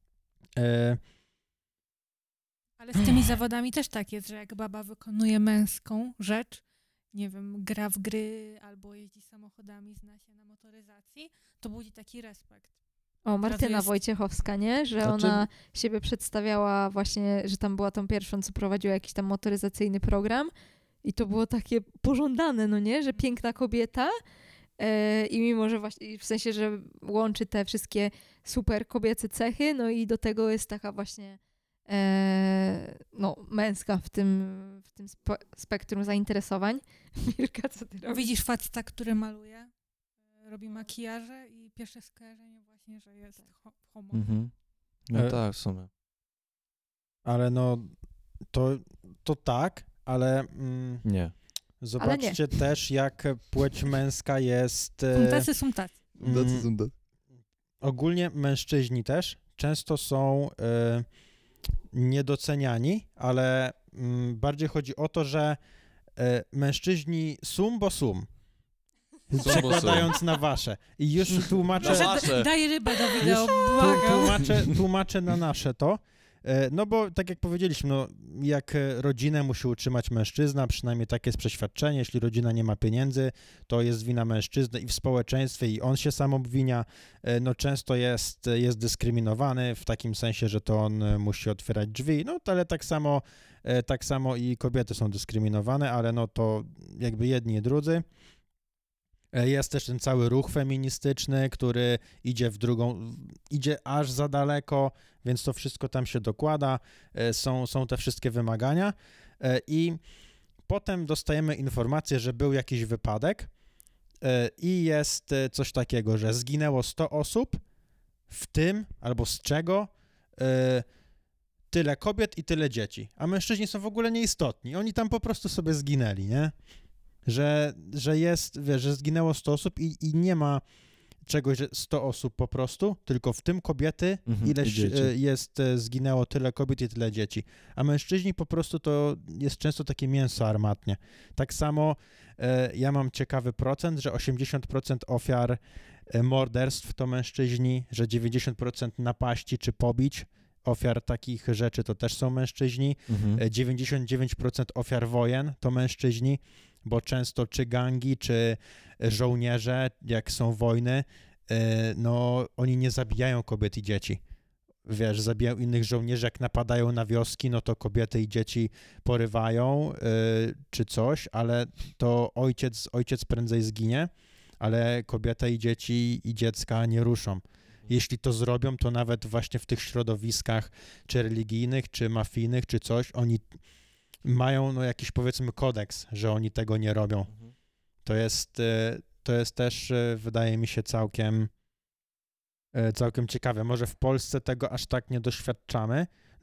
Ale z tymi zawodami też tak jest, że jak baba wykonuje męską rzecz, nie wiem, gra w gry albo jeździ samochodami, zna się na motoryzacji, to budzi taki respekt. O, Martyna jest- Wojciechowska, nie? Że Znaczy- ona siebie przedstawiała właśnie, że tam była tą pierwszą, co prowadziła jakiś tam motoryzacyjny program i to było takie pożądane, no nie? Że piękna kobieta i mimo, że właśnie, w sensie, że łączy te wszystkie super kobiece cechy, no i do tego jest taka właśnie no, męska w tym spektrum zainteresowań. Milka, co ty robisz? Widzisz faceta, który maluje, robi makijaże i pierwsze skojarzenie właśnie, że jest homo. Mhm. No tak, w sumie. Ale no, to tak, ale Nie. zobaczcie też, jak płeć męska jest... Są tacy. Ogólnie mężczyźni też często są niedoceniani, ale bardziej chodzi o to, że mężczyźni sum bo sum. Przekładając na wasze. I już tłumaczę... Na wasze. Daj rybę do wideo, Już błagam. tłumaczę na nasze to. No bo tak jak powiedzieliśmy, no, jak rodzinę musi utrzymać mężczyzna, przynajmniej takie jest przeświadczenie, jeśli rodzina nie ma pieniędzy, to jest wina mężczyzny i w społeczeństwie i on się sam obwinia, no często jest dyskryminowany w takim sensie, że to on musi otwierać drzwi, no ale tak samo i kobiety są dyskryminowane, ale no to jakby jedni i drudzy. Jest też ten cały ruch feministyczny, który idzie aż za daleko, więc to wszystko tam się dokłada, są te wszystkie wymagania i potem dostajemy informację, że był jakiś wypadek i jest coś takiego, że zginęło 100 osób, w tym, albo z czego, tyle kobiet i tyle dzieci, a mężczyźni są w ogóle nieistotni, oni tam po prostu sobie zginęli, nie? Że jest, wiesz, że zginęło 100 osób i nie ma czegoś, że 100 osób po prostu, tylko w tym kobiety, ileś zginęło tyle kobiet i tyle dzieci. A mężczyźni po prostu to jest często takie mięso armatnie. Tak samo ja mam ciekawy procent, że 80% ofiar morderstw to mężczyźni, że 90% napaści czy pobić ofiar takich rzeczy to też są mężczyźni. 99% ofiar wojen to mężczyźni, bo często czy gangi, czy żołnierze, jak są wojny, no oni nie zabijają kobiet i dzieci. Wiesz, zabijają innych żołnierzy, jak napadają na wioski, no to kobiety i dzieci porywają czy coś, ale to ojciec prędzej zginie, ale kobieta i dzieci i dziecka nie ruszą. Jeśli to zrobią, to nawet właśnie w tych środowiskach czy religijnych, czy mafijnych, czy coś, oni mają no, jakiś powiedzmy kodeks, że oni tego nie robią. To jest też, wydaje mi się, całkiem ciekawe. Może w Polsce tego aż tak nie doświadczamy,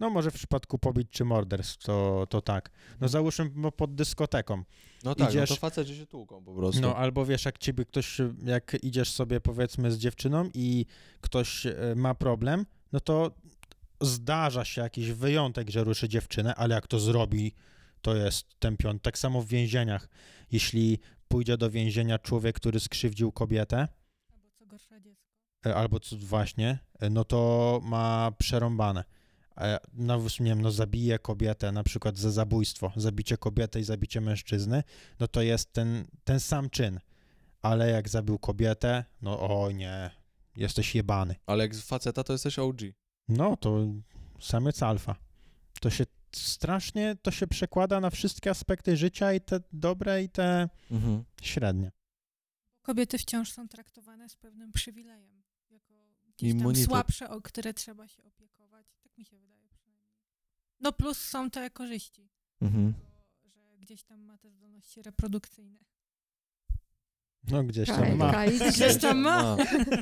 No może w przypadku pobić czy morderstw, to tak. No załóżmy pod dyskoteką. No tak, Idziesz- no to faceci się tłuką po prostu. No albo wiesz, jak idziesz sobie powiedzmy z dziewczyną i ktoś ma problem, no to zdarza się jakiś wyjątek, że ruszy dziewczynę, ale jak to zrobi, to jest tępiony. Tak samo w więzieniach. Jeśli pójdzie do więzienia człowiek, który skrzywdził kobietę, Albo co gorsza dziecko. albo właśnie, no to ma przerąbane. No, nie wiem, no zabije kobietę, na przykład za zabójstwo, zabicie kobiety i zabicie mężczyzny, no to jest ten sam czyn. Ale jak zabił kobietę, no o nie, jesteś jebany. Ale jak z faceta to jesteś OG. No to samiec alfa. To się strasznie, to się przekłada na wszystkie aspekty życia i te dobre i te średnie. Kobiety wciąż są traktowane z pewnym przywilejem, jako gdzieś tam Immunitet. słabsze, o które trzeba się opiekować. Tak mi się wydaje przynajmniej. No plus są te korzyści, że gdzieś tam ma te zdolności reprodukcyjne. No gdzieś tam ma. Gdzieś tam ma.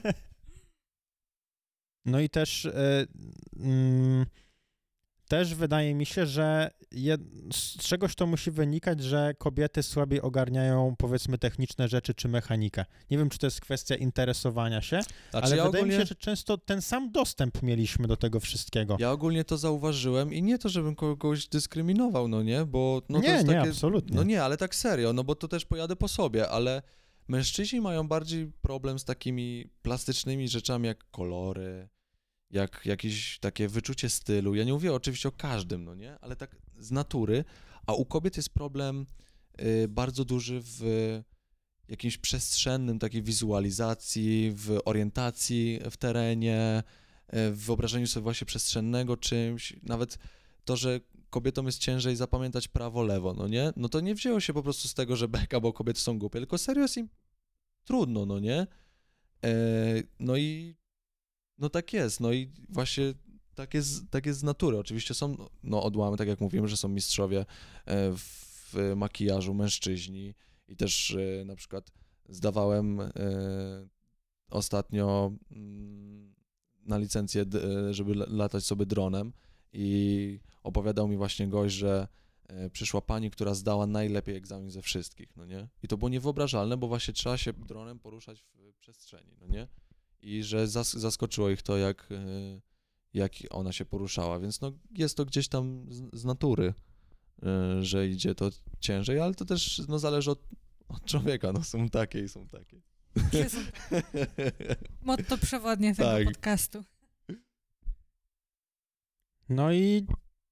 No i też też wydaje mi się, że z czegoś to musi wynikać, że kobiety słabiej ogarniają powiedzmy techniczne rzeczy czy mechanikę. Nie wiem, czy to jest kwestia interesowania się, ale ja wydaje mi się, że często ten sam dostęp mieliśmy do tego wszystkiego. Ja ogólnie to zauważyłem i nie to, żebym kogoś dyskryminował, no nie, bo no to nie, jest nie, takie... absolutnie. No nie, ale tak serio, no bo to też pojadę po sobie, ale mężczyźni mają bardziej problem z takimi plastycznymi rzeczami jak kolory, jak jakieś takie wyczucie stylu. Ja nie mówię oczywiście o każdym, no nie, ale tak z natury, a u kobiet jest problem bardzo duży w jakimś przestrzennym takiej wizualizacji, w orientacji w terenie, w wyobrażeniu sobie właśnie przestrzennego czymś, nawet to, że kobietom jest ciężej zapamiętać prawo-lewo, no nie? No to nie wzięło się po prostu z tego, że beka, bo kobiety są głupie, tylko serio jest im trudno, no nie? No i no tak jest, no i właśnie tak jest z natury. Oczywiście są odłamy, tak jak mówimy, że są mistrzowie w makijażu mężczyźni i też na przykład zdawałem ostatnio na licencję, żeby latać sobie dronem i opowiadał mi właśnie gość, że przyszła pani, która zdała najlepiej egzamin ze wszystkich, no nie? I to było niewyobrażalne, bo właśnie trzeba się dronem poruszać w przestrzeni, no nie? I że zaskoczyło ich to, jak ona się poruszała, więc no jest to gdzieś tam z natury, że idzie to ciężej, ale to też no, zależy od człowieka, no są takie i są takie. Motto przewodnie tego podcastu. No i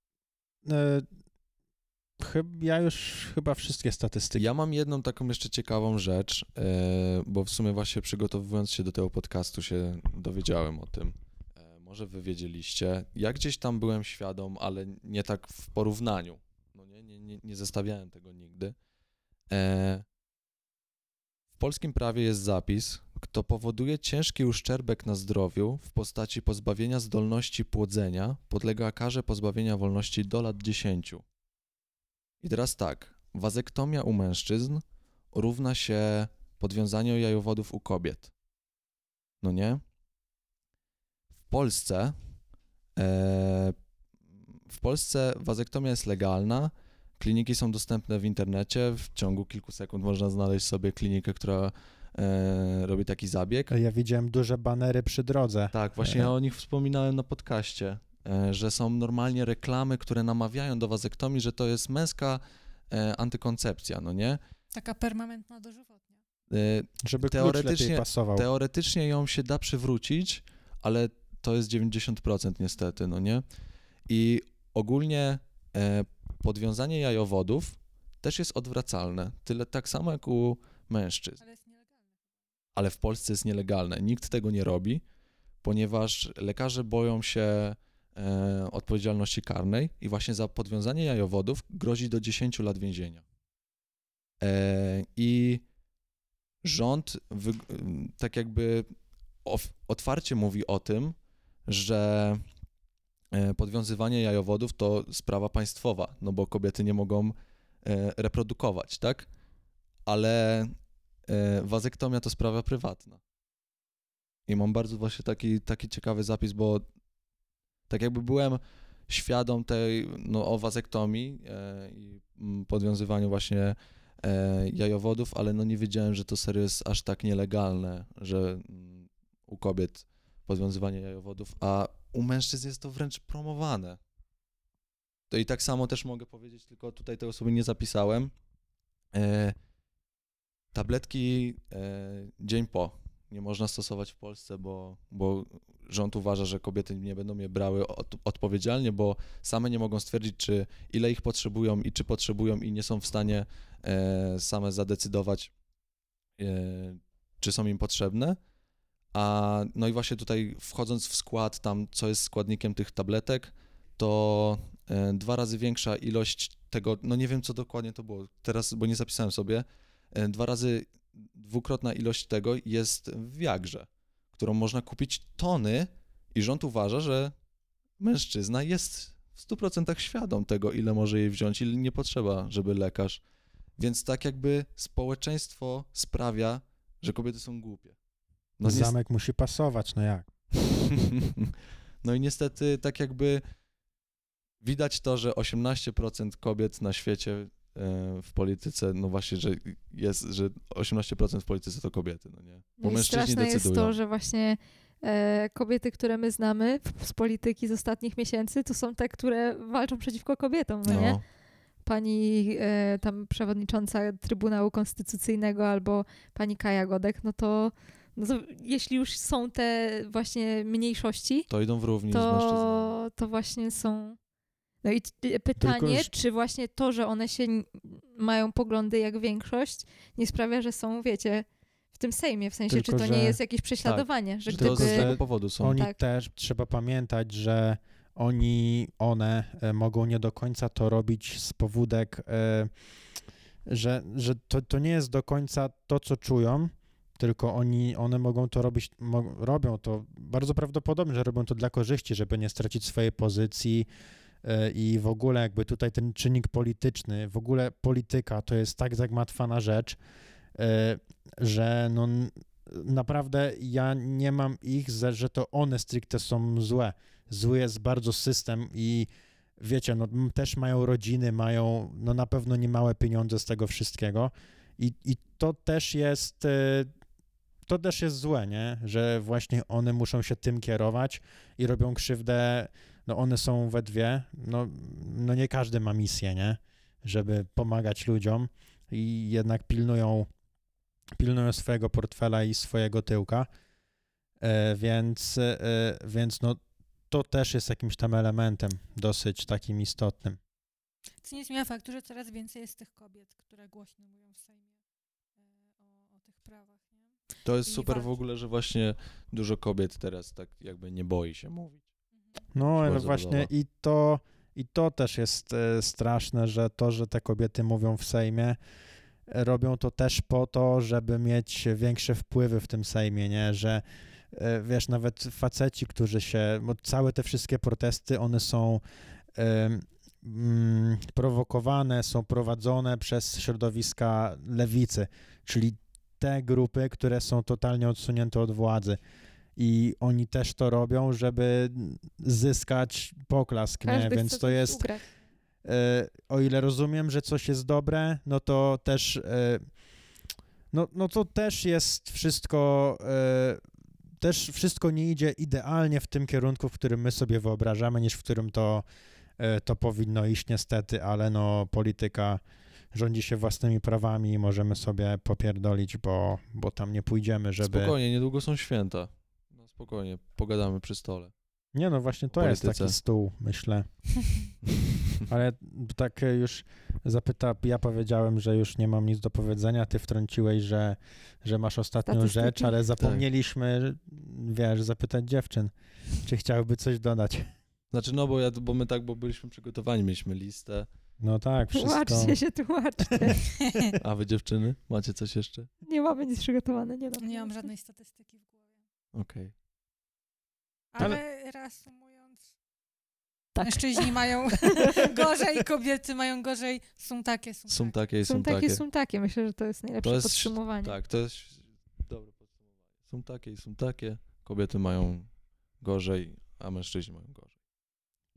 ja już chyba wszystkie statystyki. Ja mam jedną taką jeszcze ciekawą rzecz, bo w sumie właśnie przygotowując się do tego podcastu się dowiedziałem o tym. Może wy wiedzieliście. Ja gdzieś tam byłem świadom, ale nie tak w porównaniu. No nie zestawiałem tego nigdy. W polskim prawie jest zapis, kto powoduje ciężki uszczerbek na zdrowiu w postaci pozbawienia zdolności płodzenia, podlega karze pozbawienia wolności do lat 10. I teraz tak, wazektomia u mężczyzn równa się podwiązaniu jajowodów u kobiet. No nie? W Polsce wazektomia jest legalna, kliniki są dostępne w internecie, w ciągu kilku sekund można znaleźć sobie klinikę, która robi taki zabieg. Ja widziałem duże banery przy drodze. Tak, właśnie ja o nich wspominałem na podcaście, że są normalnie reklamy, które namawiają do wazektomii, że to jest męska antykoncepcja, no nie? Taka permanentna dożywotnia. Żeby klucz lepiej pasował. Teoretycznie ją się da przywrócić, ale to jest 90% niestety, no nie? I ogólnie podwiązanie jajowodów też jest odwracalne, tyle tak samo jak u mężczyzn. Ale jest nielegalne. Ale w Polsce jest nielegalne. Nikt tego nie robi, ponieważ lekarze boją się odpowiedzialności karnej i właśnie za podwiązanie jajowodów grozi do 10 lat więzienia. I rząd tak jakby otwarcie mówi o tym, że podwiązywanie jajowodów to sprawa państwowa, no bo kobiety nie mogą reprodukować, tak? Ale wazektomia to sprawa prywatna. I mam bardzo właśnie taki ciekawy zapis, bo tak jakby byłem świadom tej, o wazektomii i podwiązywaniu właśnie jajowodów, ale nie wiedziałem, że to serio jest aż tak nielegalne, że u kobiet podwiązywanie jajowodów, a u mężczyzn jest to wręcz promowane. To i tak samo też mogę powiedzieć, tylko tutaj tej osoby nie zapisałem. Tabletki dzień po nie można stosować w Polsce, bo rząd uważa, że kobiety nie będą je brały odpowiedzialnie, bo same nie mogą stwierdzić, czy ile ich potrzebują i czy potrzebują i nie są w stanie same zadecydować, czy są im potrzebne. No i właśnie tutaj wchodząc w skład tam, co jest składnikiem tych tabletek, to 2 razy większa ilość tego, nie wiem co dokładnie to było teraz, bo nie zapisałem sobie, 2-krotna ilość tego jest w Viagrze, którą można kupić tony i rząd uważa, że mężczyzna jest w 100% świadom tego, ile może jej wziąć, ile nie potrzeba, żeby lekarz. Więc tak jakby społeczeństwo sprawia, że kobiety są głupie. Zamek musi pasować, jak? No i niestety tak jakby widać to, że 18% kobiet na świecie w polityce, właśnie, że 18% w polityce to kobiety, nie? Bo mężczyźni straszne decydują. jest to, że właśnie kobiety, które my znamy z polityki z ostatnich miesięcy, to są te, które walczą przeciwko kobietom, nie? Pani tam przewodnicząca Trybunału Konstytucyjnego albo pani Kaja Godek, to jeśli już są te właśnie mniejszości, to idą w równi z mężczyznami. To właśnie są... No i pytanie, czy właśnie to, że one się mają poglądy jak większość, nie sprawia, że są, wiecie, w tym Sejmie, w sensie, Tylko, czy to nie jest jakieś prześladowanie, tak, że to z tego powodu są. Oni też, trzeba pamiętać, że one mogą nie do końca to robić z powódek, że to nie jest do końca to, co czują, tylko one mogą to robić, robią to bardzo prawdopodobnie, że robią to dla korzyści, żeby nie stracić swojej pozycji i w ogóle jakby tutaj ten czynnik polityczny, w ogóle polityka to jest tak zagmatwana rzecz, że naprawdę ja nie mam że to one stricte są złe. Zły jest bardzo system i wiecie, też mają rodziny, mają na pewno niemałe pieniądze z tego wszystkiego i to też jest złe, nie? Że właśnie one muszą się tym kierować i robią krzywdę, one są we dwie, nie każdy ma misję, nie? Żeby pomagać ludziom i jednak pilnują swojego portfela i swojego tyłka, więc to też jest jakimś tam elementem dosyć takim istotnym. Co nie zmienia faktu, że coraz więcej jest tych kobiet, które głośno mówią w Sejmie o tych prawach, nie? To jest super w ogóle, że właśnie dużo kobiet teraz tak jakby nie boi się mówić. Ale właśnie i to też jest straszne, że te kobiety mówią w Sejmie, robią to też po to, żeby mieć większe wpływy w tym Sejmie, nie? Że wiesz, nawet faceci, którzy bo całe te wszystkie protesty, one są prowokowane, są prowadzone przez środowiska lewicy, czyli te grupy, które są totalnie odsunięte od władzy. I oni też to robią, żeby zyskać poklask, nie? Więc to jest... O ile rozumiem, że coś jest dobre, to też to też jest wszystko też wszystko nie idzie idealnie w tym kierunku, w którym my sobie wyobrażamy, niż w którym to powinno iść niestety, ale polityka rządzi się własnymi prawami i możemy sobie popierdolić, bo tam nie pójdziemy, żeby... Spokojnie, niedługo są święta. Spokojnie, pogadamy przy stole. Nie, właśnie to jest taki stół, myślę. Ale tak już ja powiedziałem, że już nie mam nic do powiedzenia, ty wtrąciłeś, że masz ostatnią rzecz, ale zapomnieliśmy, zapytać dziewczyn, czy chciałyby coś dodać. Znaczy, bo byliśmy przygotowani, mieliśmy listę. No tak, wszystko. Tłumaczcie. A wy dziewczyny, macie coś jeszcze? Nie mamy nic przygotowane, nie mam żadnej statystyki w głowie. Okej. Ale reasumując, mężczyźni mają gorzej, kobiety mają gorzej, są takie. Są takie. Myślę, że to jest najlepsze podsumowanie. Tak, to jest dobre podsumowanie. Są takie, kobiety mają gorzej, a mężczyźni mają gorzej.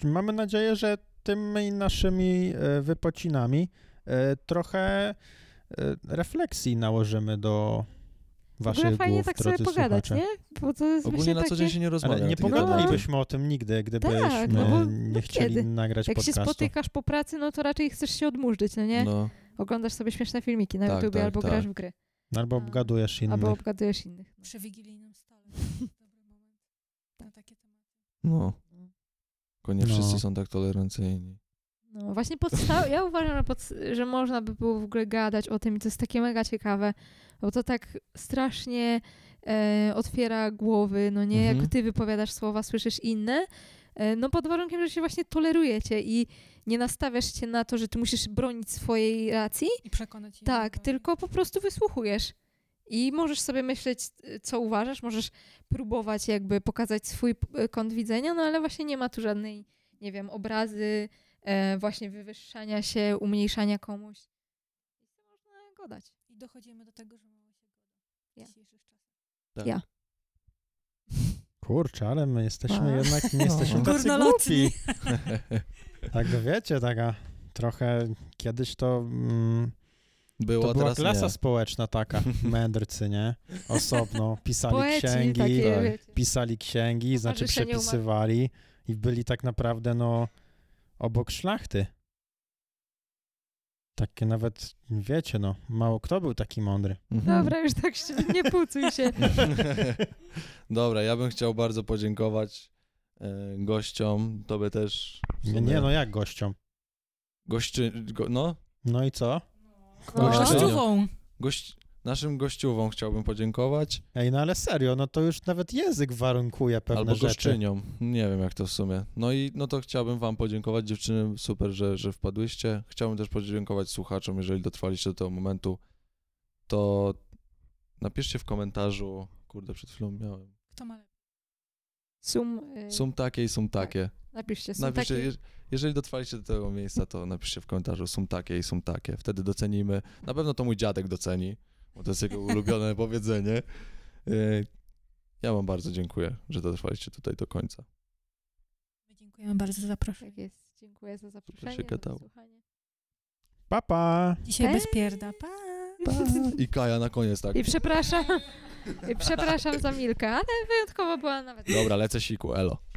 mamy nadzieję, że tymi naszymi wypocinami trochę refleksji nałożymy do W ogóle waszych fajnie głów, tak sobie drodzy pogadać, słuchacze. nie? Bo to jest Ogólnie właśnie na co dzień takie... się nie rozmawia. Ale nie na takich pogadalibyśmy o tym nigdy, gdybyśmy no bo nie chcieli kiedy? nagrać Jak się podcastu. spotykasz po pracy, no to raczej chcesz się odmurzyć, no nie? No, Oglądasz sobie śmieszne filmiki na Tak, YouTubie tak, albo tak. grasz w gry. Albo obgadujesz innych. Albo obgadujesz innych. Przy wigilijnym stole. To jest dobry moment na takie tematy. no. Tylko nie No. wszyscy są tak tolerancyjni. No właśnie ja uważam, że można by było w ogóle gadać o tym i to jest takie mega ciekawe, bo to tak strasznie otwiera głowy, no nie? Mhm. Jak ty wypowiadasz słowa, słyszysz inne, no pod warunkiem, że się właśnie tolerujecie i nie nastawiasz się na to, że ty musisz bronić swojej racji, I przekonać innych. tak, tylko po prostu wysłuchujesz. I możesz sobie myśleć, co uważasz, możesz próbować jakby pokazać swój kąt widzenia, no ale właśnie nie ma tu żadnej, nie wiem, obrazy, właśnie wywyższania się, umniejszania komuś. I to można gadać. I dochodzimy do tego, że mało się gada w Ja. dzisiejszych czasach. Tak. Ja. Kurczę, ale my jesteśmy A. jednak, nie jesteśmy tacy Górnolotni. głupi. Tak, no wiecie, taka trochę kiedyś to Było, była teraz klasa nie. społeczna taka, mędrcy, nie? Osobno, pisali Poeci księgi, takie, tak. wiecie. pisali księgi, znaczy Towarzysze nieumarłych. przepisywali i byli tak naprawdę, no, obok szlachty. Takie nawet, wiecie, no, mało kto był taki mądry. Mhm. Dobra, już tak się nie pucuj się. Dobra, ja bym chciał bardzo podziękować gościom, tobie też. w Nie, sumie. no jak gościom? No, No i co? No. Kościuchą. naszym gościuwom chciałbym podziękować. Ej, no ale serio, no to już nawet język warunkuje pewne Albo rzeczy. goszczyniom. Nie wiem, jak to w sumie. No i no to chciałbym wam podziękować, dziewczyny, super, że wpadłyście. Chciałbym też podziękować słuchaczom, jeżeli dotrwaliście do tego momentu, to napiszcie w komentarzu, kurde, przed chwilą miałem. Kto ma lepiej? Są takie i są takie. Napiszcie, są Napiszcie, takie... jeżeli dotrwaliście do tego miejsca, to napiszcie w komentarzu, są takie i są takie. Wtedy docenimy. Na pewno to mój dziadek doceni, bo to jest jego ulubione powiedzenie. Ja wam bardzo dziękuję, że dotrwaliście tutaj do końca. My dziękujemy bardzo za zaproszenie. Tak jest. Dziękuję za zaproszenie, się za gadało. wysłuchanie. Pa, pa! Dzisiaj Hej. bez pierda. Pa! I Kaja na koniec, tak? I przepraszam za Milkę, ale wyjątkowo była nawet... Dobra, lecę siku, elo.